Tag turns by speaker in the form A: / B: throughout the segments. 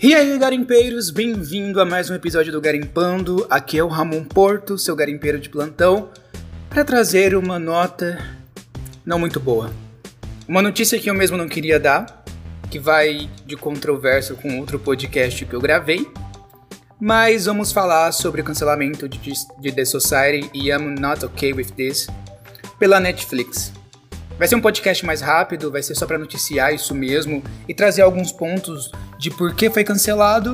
A: E aí, garimpeiros, bem-vindo a mais um episódio do Garimpando. Aqui é o Ramon Porto, seu garimpeiro de plantão, para trazer uma nota não muito boa. Uma notícia que eu mesmo não queria dar, que vai de controverso com outro podcast que eu gravei, mas vamos falar sobre o cancelamento de The Society e I'm Not Okay With This pela Netflix. Vai ser um podcast mais rápido, vai ser só para noticiar isso mesmo e trazer alguns pontos de por que foi cancelado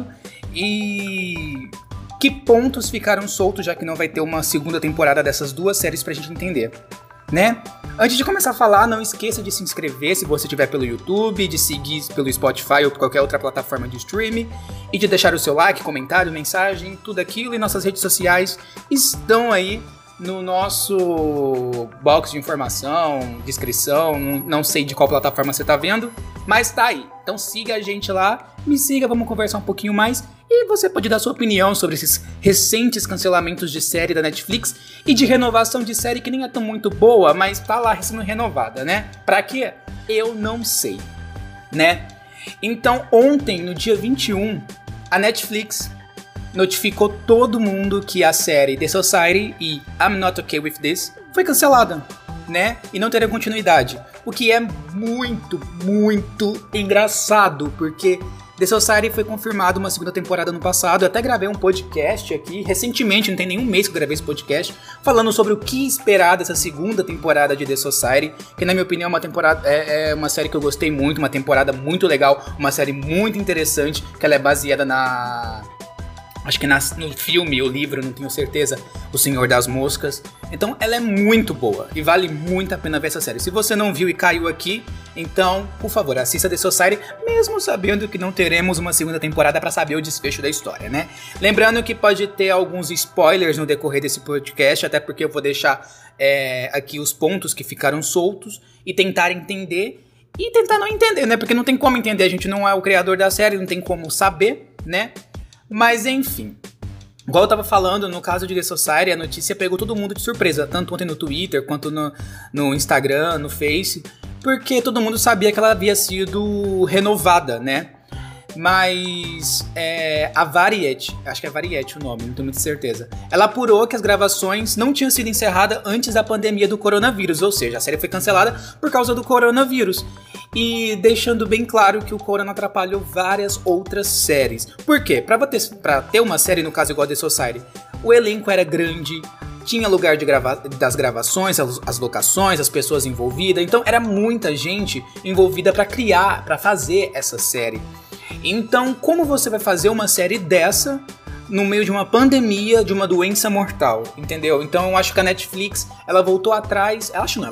A: e que pontos ficaram soltos, já que não vai ter uma segunda temporada dessas duas séries pra gente entender, né? Antes de começar a falar, não esqueça de se inscrever se você estiver pelo YouTube, de seguir pelo Spotify ou qualquer outra plataforma de streaming e de deixar o seu like, comentário, mensagem, tudo aquilo, e nossas redes sociais estão aí no nosso box de informação, descrição, não sei de qual plataforma você tá vendo, mas tá aí. Então siga a gente lá, me siga, vamos conversar um pouquinho mais e você pode dar sua opinião sobre esses recentes cancelamentos de série da Netflix e de renovação de série que nem é tão muito boa, mas tá lá sendo renovada, né? Pra quê? Eu não sei, né? Então ontem, no dia 21, a Netflix notificou todo mundo que a série The Society e I'm Not Okay With This foi cancelada, né? E não terá continuidade. O que é muito, muito engraçado, porque The Society foi confirmado uma segunda temporada no passado. Eu até gravei um podcast aqui, recentemente, não tem nenhum mês que eu gravei esse podcast, falando sobre o que esperar dessa segunda temporada de The Society, que na minha opinião é uma série que eu gostei muito, uma temporada muito legal, uma série muito interessante, que ela é baseada acho que no filme ou livro, não tenho certeza, O Senhor das Moscas. Então ela é muito boa e vale muito a pena ver essa série. Se você não viu e caiu aqui, então, por favor, assista The Society, mesmo sabendo que não teremos uma segunda temporada para saber o desfecho da história, né? Lembrando que pode ter alguns spoilers no decorrer desse podcast, até porque eu vou deixar aqui os pontos que ficaram soltos e tentar entender e tentar não entender, né? Porque não tem como entender, a gente não é o criador da série, não tem como saber, né? Mas enfim, igual eu tava falando, no caso de The Society, a notícia pegou todo mundo de surpresa, tanto ontem no Twitter, quanto no Instagram, no Face, porque todo mundo sabia que ela havia sido renovada, né? Mas a Variety, acho que é Variety o nome, não tenho muita certeza, ela apurou que as gravações não tinham sido encerradas antes da pandemia do coronavírus, ou seja, a série foi cancelada por causa do coronavírus. E deixando bem claro que o corona atrapalhou várias outras séries. Por quê? Pra ter uma série, no caso igual a The Society, o elenco era grande, tinha lugar das gravações, as locações, as pessoas envolvidas. Então era muita gente envolvida pra criar, pra fazer essa série. Então como você vai fazer uma série dessa no meio de uma pandemia, de uma doença mortal, entendeu? Então eu acho que a Netflix, ela voltou atrás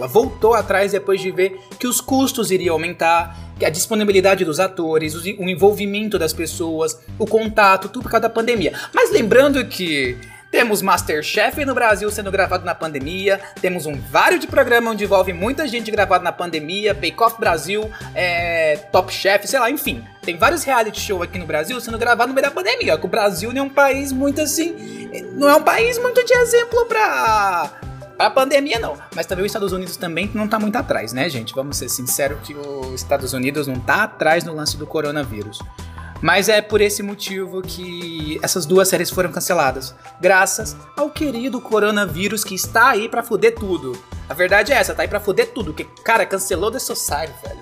A: depois de ver que os custos iriam aumentar, que a disponibilidade dos atores, o envolvimento das pessoas, o contato, tudo por causa da pandemia. Mas lembrando que temos Masterchef no Brasil sendo gravado na pandemia, temos vários de programa onde envolve muita gente gravado na pandemia, Bake Off Brasil, Top Chef, sei lá, enfim. Tem vários reality show aqui no Brasil sendo gravado no meio da pandemia, que o Brasil não é um país muito assim, não é um país muito de exemplo pra pandemia não. Mas também os Estados Unidos também não tá muito atrás, né, gente? Vamos ser sinceros que os Estados Unidos não tá atrás no lance do coronavírus. Mas é por esse motivo que essas duas séries foram canceladas, graças ao querido coronavírus que está aí pra foder tudo. A verdade é essa, tá aí pra foder tudo, que, cara, cancelou The Society, velho.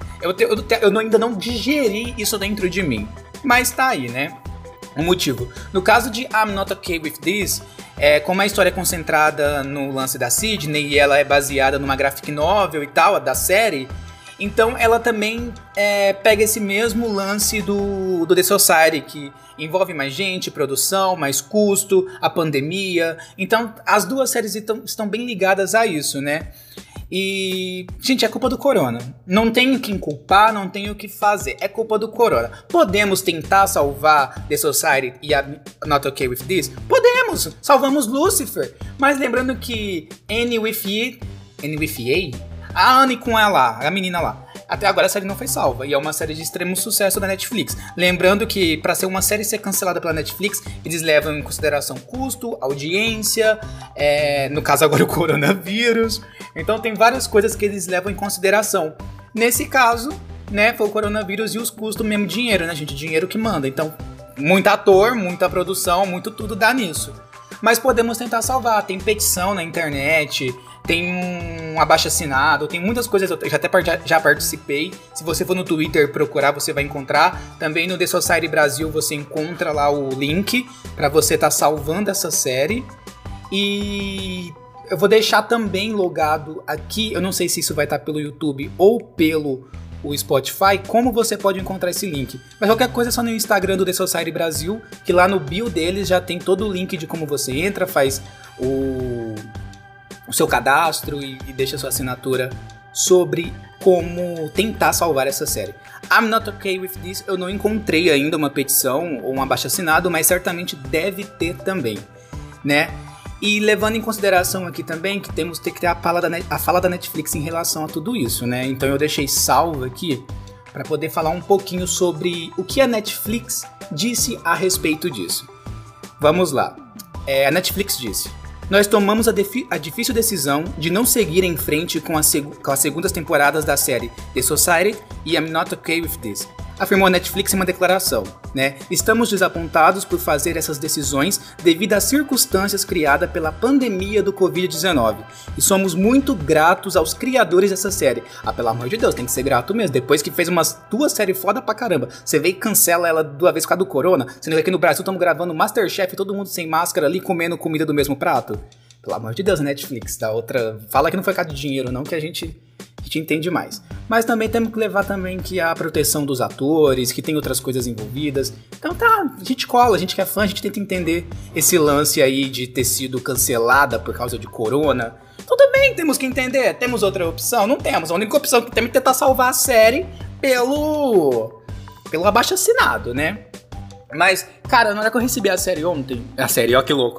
A: Eu ainda não digeri isso dentro de mim, mas tá aí, né, o motivo. No caso de I'm Not Okay With This, como a história é concentrada no lance da Sydney e ela é baseada numa graphic novel e tal, da série, então ela também pega esse mesmo lance do The Society, que envolve mais gente, produção, mais custo, a pandemia. Então as duas séries estão bem ligadas a isso, né? E, gente, é culpa do corona. Não tenho quem culpar, não tenho o que fazer. É culpa do corona. Podemos tentar salvar The Society e I'm Not Okay With This? Podemos! Salvamos Lucifer. Mas lembrando que Annie with A? A Annie com ela, a menina lá. Até agora a série não foi salva, e é uma série de extremo sucesso da Netflix. Lembrando que para ser uma série ser cancelada pela Netflix, eles levam em consideração custo, audiência, no caso agora o coronavírus. Então tem várias coisas que eles levam em consideração. Nesse caso, né, foi o coronavírus e os custos mesmo, dinheiro, né, gente? Dinheiro que manda. Então, muito ator, muita produção, muito tudo dá nisso. Mas podemos tentar salvar. Tem petição na internet, tem um abaixo-assinado, tem muitas coisas. Eu já participei. Se você for no Twitter procurar, você vai encontrar. Também no The Society Brasil você encontra lá o link para você estar salvando essa série. E eu vou deixar também logado aqui, eu não sei se isso vai estar pelo YouTube ou pelo o Spotify, como você pode encontrar esse link. Mas qualquer coisa é só no Instagram do The Society Brasil, que lá no bio deles já tem todo o link de como você entra, faz o seu cadastro e deixa a sua assinatura sobre como tentar salvar essa série. I'm not okay with this, eu não encontrei ainda uma petição ou um abaixo-assinado, mas certamente deve ter também, né? E levando em consideração aqui também que temos que ter a fala da Netflix em relação a tudo isso, né? Então eu deixei salvo aqui para poder falar um pouquinho sobre o que a Netflix disse a respeito disso. Vamos lá. A Netflix disse: nós tomamos a difícil decisão de não seguir em frente com as segundas temporadas da série The Society e I'm Not Okay With This, afirmou a Netflix em uma declaração, né? Estamos desapontados por fazer essas decisões devido às circunstâncias criadas pela pandemia do Covid-19 e somos muito gratos aos criadores dessa série. Pelo amor de Deus, tem que ser grato mesmo. Depois que fez umas 2 séries foda pra caramba, você vê e cancela ela 2 vezes por causa do corona, sendo que aqui no Brasil estamos gravando Masterchef e todo mundo sem máscara ali comendo comida do mesmo prato. Pelo amor de Deus, Netflix, da outra... Fala que não foi por causa de dinheiro não, que a gente entende mais. Mas também temos que levar também que a proteção dos atores, que tem outras coisas envolvidas. Então tá, a gente cola, a gente que é fã, a gente tenta entender esse lance aí de ter sido cancelada por causa de corona. Tudo bem, temos que entender. Temos outra opção? Não temos. A única opção que temos é tentar salvar a série pelo abaixo-assinado, né? Mas, cara, na hora que eu recebi a série ontem... A série, ó que louco.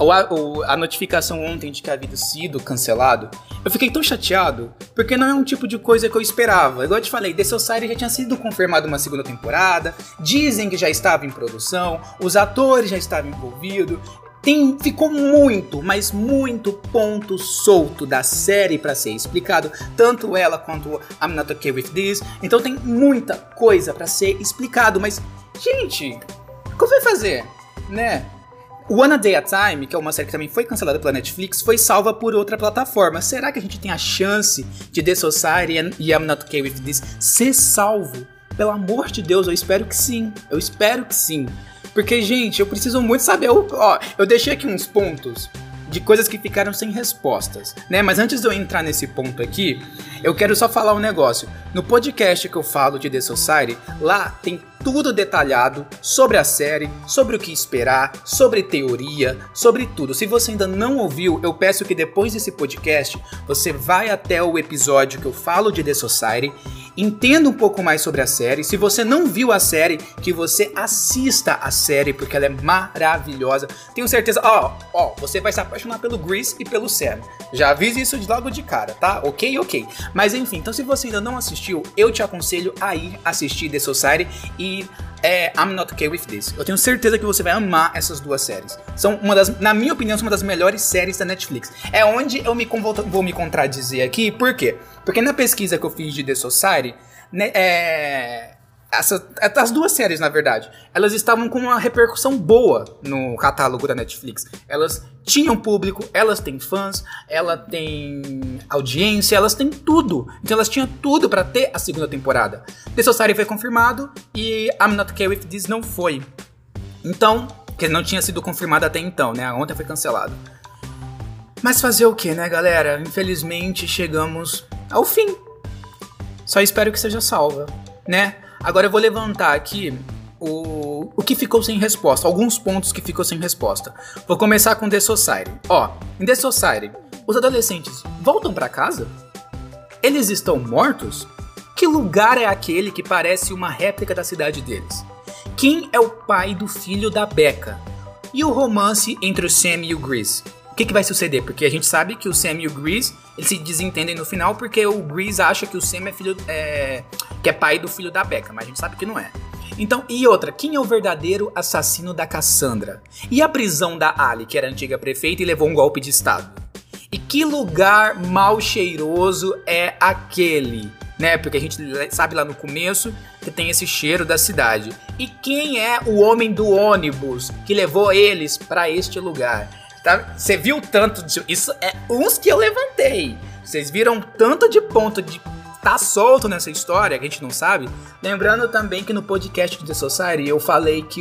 A: A notificação ontem de que havia sido cancelado, eu fiquei tão chateado, porque não é um tipo de coisa que eu esperava. Igual eu te falei, The Society já tinha sido confirmado uma segunda temporada, dizem que já estava em produção, os atores já estavam envolvidos, ficou muito, mas muito ponto solto da série pra ser explicado, tanto ela quanto I'm Not Okay With This, então tem muita coisa pra ser explicado, mas, gente, o que eu vou fazer, né? One A Day at a Time, que é uma série que também foi cancelada pela Netflix, foi salva por outra plataforma. Será que a gente tem a chance de The Society e I'm Not Okay With This ser salvo? Pelo amor de Deus, eu espero que sim. Eu espero que sim. Porque, gente, eu preciso muito saber... eu deixei aqui uns pontos de coisas que ficaram sem respostas, né? Mas antes de eu entrar nesse ponto aqui, eu quero só falar um negócio. No podcast que eu falo de The Society, lá tem tudo detalhado sobre a série, sobre o que esperar, sobre teoria, sobre tudo. Se você ainda não ouviu, eu peço que depois desse podcast, você vai até o episódio que eu falo de The Society, entenda um pouco mais sobre a série. Se você não viu a série, que você assista a série, porque ela é maravilhosa. Tenho certeza, você vai se apaixonar pelo Grease e pelo Sam. Já aviso isso logo de cara, tá? Ok. Mas enfim, então se você ainda não assistiu, eu te aconselho a ir assistir The Society e I'm Not Okay With This. Eu tenho certeza que você vai amar essas 2 séries. São na minha opinião, são uma das melhores séries da Netflix. É onde eu vou me contradizer aqui. Por quê? Porque na pesquisa que eu fiz de The Society, né, as 2 séries, na verdade, elas estavam com uma repercussão boa no catálogo da Netflix. Elas tinham público, elas têm fãs, elas têm audiência, elas têm tudo. Então elas tinham tudo pra ter a segunda temporada. The Society foi confirmado e I'm Not Okay With This não foi. Então, que não tinha sido confirmado até então, né? Ontem foi cancelado. Mas fazer o que, né, galera? Infelizmente chegamos ao fim. Só espero que seja salva, né? Agora eu vou levantar aqui o que ficou sem resposta, alguns pontos que ficou sem resposta. Vou começar com The Society. Em The Society, os adolescentes voltam pra casa? Eles estão mortos? Que lugar é aquele que parece uma réplica da cidade deles? Quem é o pai do filho da Becca? E o romance entre o Sam e o Grease? O que vai suceder? Porque a gente sabe que o Sam e o Grease, eles se desentendem no final porque o Grease acha que o Sam que é pai do filho da Becca, mas a gente sabe que não é. Então, e outra, quem é o verdadeiro assassino da Cassandra? E a prisão da Ali, que era a antiga prefeita e levou um golpe de estado? E que lugar mal cheiroso é aquele? né? Porque a gente sabe lá no começo que tem esse cheiro da cidade. E quem é o homem do ônibus que levou eles pra este lugar? Tá? Você viu tanto de... Isso é uns que eu levantei. Vocês viram tanto de ponto de tá solto nessa história que a gente não sabe. Lembrando também que no podcast de The Society eu falei que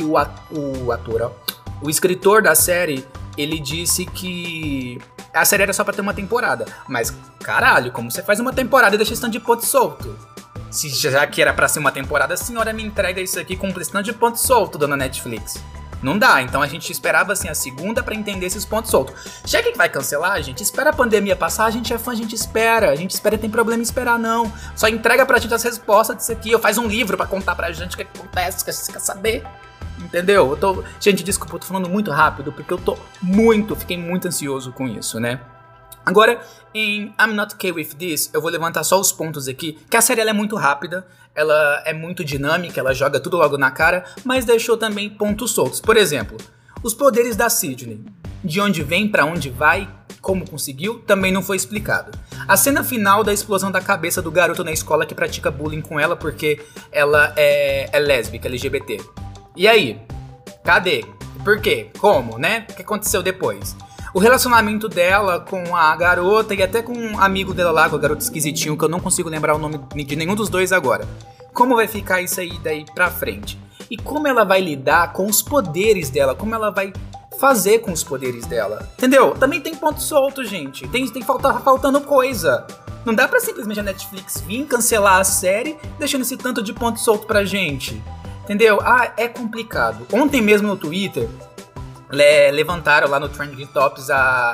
A: o escritor da série, ele disse que a série era só pra ter uma temporada. Mas, caralho, como você faz uma temporada e deixa esse tanto de ponto solto? Se já que era pra ser uma temporada, a senhora me entrega isso aqui com um tanto de ponto solto, dona Netflix. Não dá, então a gente esperava assim a segunda pra entender esses pontos soltos. Já que vai cancelar, a gente espera a pandemia passar, a gente é fã, a gente espera, tem problema em esperar não. Só entrega pra gente as respostas disso aqui, ou faz um livro pra contar pra gente o que acontece, o que você quer saber. Entendeu? Gente, desculpa, eu tô falando muito rápido, porque fiquei muito ansioso com isso, né? Agora, em I'm Not Okay With This, eu vou levantar só os pontos aqui, que a série ela é muito rápida, ela é muito dinâmica, ela joga tudo logo na cara, mas deixou também pontos soltos. Por exemplo, os poderes da Sydney, de onde vem, pra onde vai, como conseguiu, também não foi explicado. A cena final da explosão da cabeça do garoto na escola que pratica bullying com ela porque ela é lésbica, LGBT. E aí? Cadê? Por quê? Como, né? O que aconteceu depois? O relacionamento dela com a garota e até com um amigo dela lá, com o garoto esquisitinho, que eu não consigo lembrar o nome de nenhum dos dois agora. Como vai ficar isso aí daí pra frente? E como ela vai lidar com os poderes dela? Como ela vai fazer com os poderes dela? Entendeu? Também tem ponto solto, gente. Tem faltando coisa. Não dá pra simplesmente a Netflix vir cancelar a série, deixando esse tanto de ponto solto pra gente. Entendeu? É complicado. Ontem mesmo no Twitter, levantaram lá no Trending Topics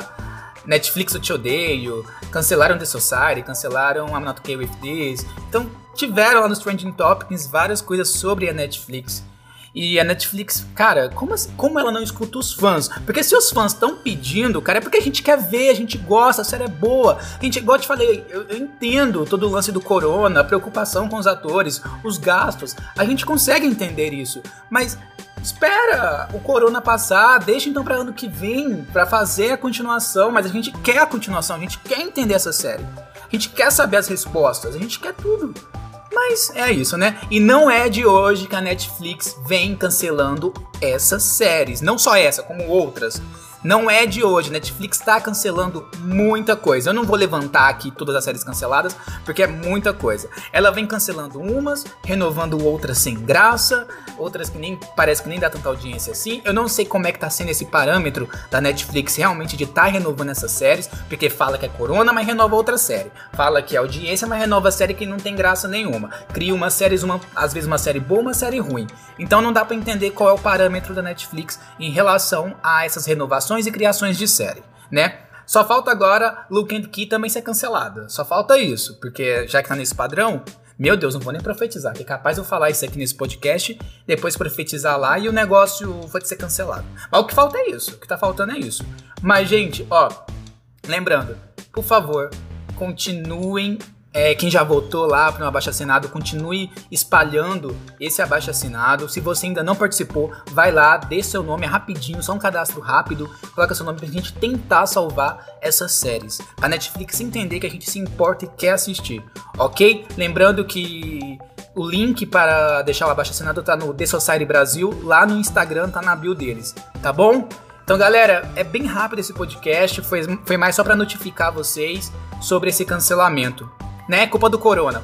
A: a Netflix eu te odeio, cancelaram The Society, cancelaram I'm Not Okay With This. Então tiveram lá nos Trending Topics várias coisas sobre a Netflix. E a Netflix, cara, como ela não escuta os fãs? Porque se os fãs estão pedindo, cara, é porque a gente quer ver, a gente gosta, a série é boa. A gente, igual eu te falei, eu entendo todo o lance do corona, a preocupação com os atores, os gastos. A gente consegue entender isso, mas espera o corona passar, deixa então pra ano que vem, pra fazer a continuação. Mas a gente quer a continuação, a gente quer entender essa série. A gente quer saber as respostas, a gente quer tudo. Mas é isso, né? E não é de hoje que a Netflix vem cancelando essas séries. Não só essa, como outras. Não é de hoje. A Netflix tá cancelando muita coisa. Eu não vou levantar aqui todas as séries canceladas, porque é muita coisa. Ela vem cancelando umas, renovando outras sem graça, outras que parece que nem dá tanta audiência assim. Eu não sei como é que tá sendo esse parâmetro da Netflix realmente de tá renovando essas séries, porque fala que é corona, mas renova outra série. Fala que é audiência, mas renova a série que não tem graça nenhuma. Cria umas séries, às vezes uma série boa, uma série ruim. Então não dá pra entender qual é o parâmetro da Netflix em relação a essas renovações e criações de série, né? Só falta agora Lock and Key também ser cancelada. Só falta isso, porque já que tá nesse padrão, meu Deus, não vou nem profetizar, que é capaz de eu falar isso aqui nesse podcast, depois profetizar lá e o negócio vai ser cancelado. Mas o que falta é isso, o que tá faltando é isso. Mas, gente, ó, lembrando, por favor, continuem. Quem já votou lá para um abaixo-assinado, continue espalhando esse abaixo-assinado. Se você ainda não participou, vai lá, dê seu nome, é rapidinho, só um cadastro rápido, coloca seu nome pra gente tentar salvar essas séries. A Netflix entender que a gente se importa e quer assistir, ok? Lembrando que o link para deixar o abaixo-assinado tá no The Society Brasil, lá no Instagram, tá na bio deles, tá bom? Então, galera, é bem rápido esse podcast, foi mais só para notificar vocês sobre esse cancelamento. Né? Culpa do corona.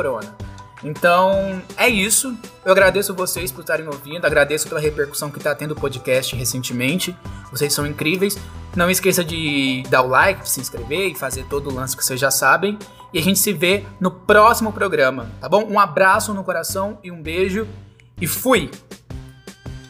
A: Então, é isso. Eu agradeço vocês por estarem ouvindo, agradeço pela repercussão que está tendo o podcast recentemente. Vocês são incríveis. Não esqueça de dar o like, de se inscrever e fazer todo o lance que vocês já sabem. E a gente se vê no próximo programa, tá bom? Um abraço no coração e um beijo. E fui!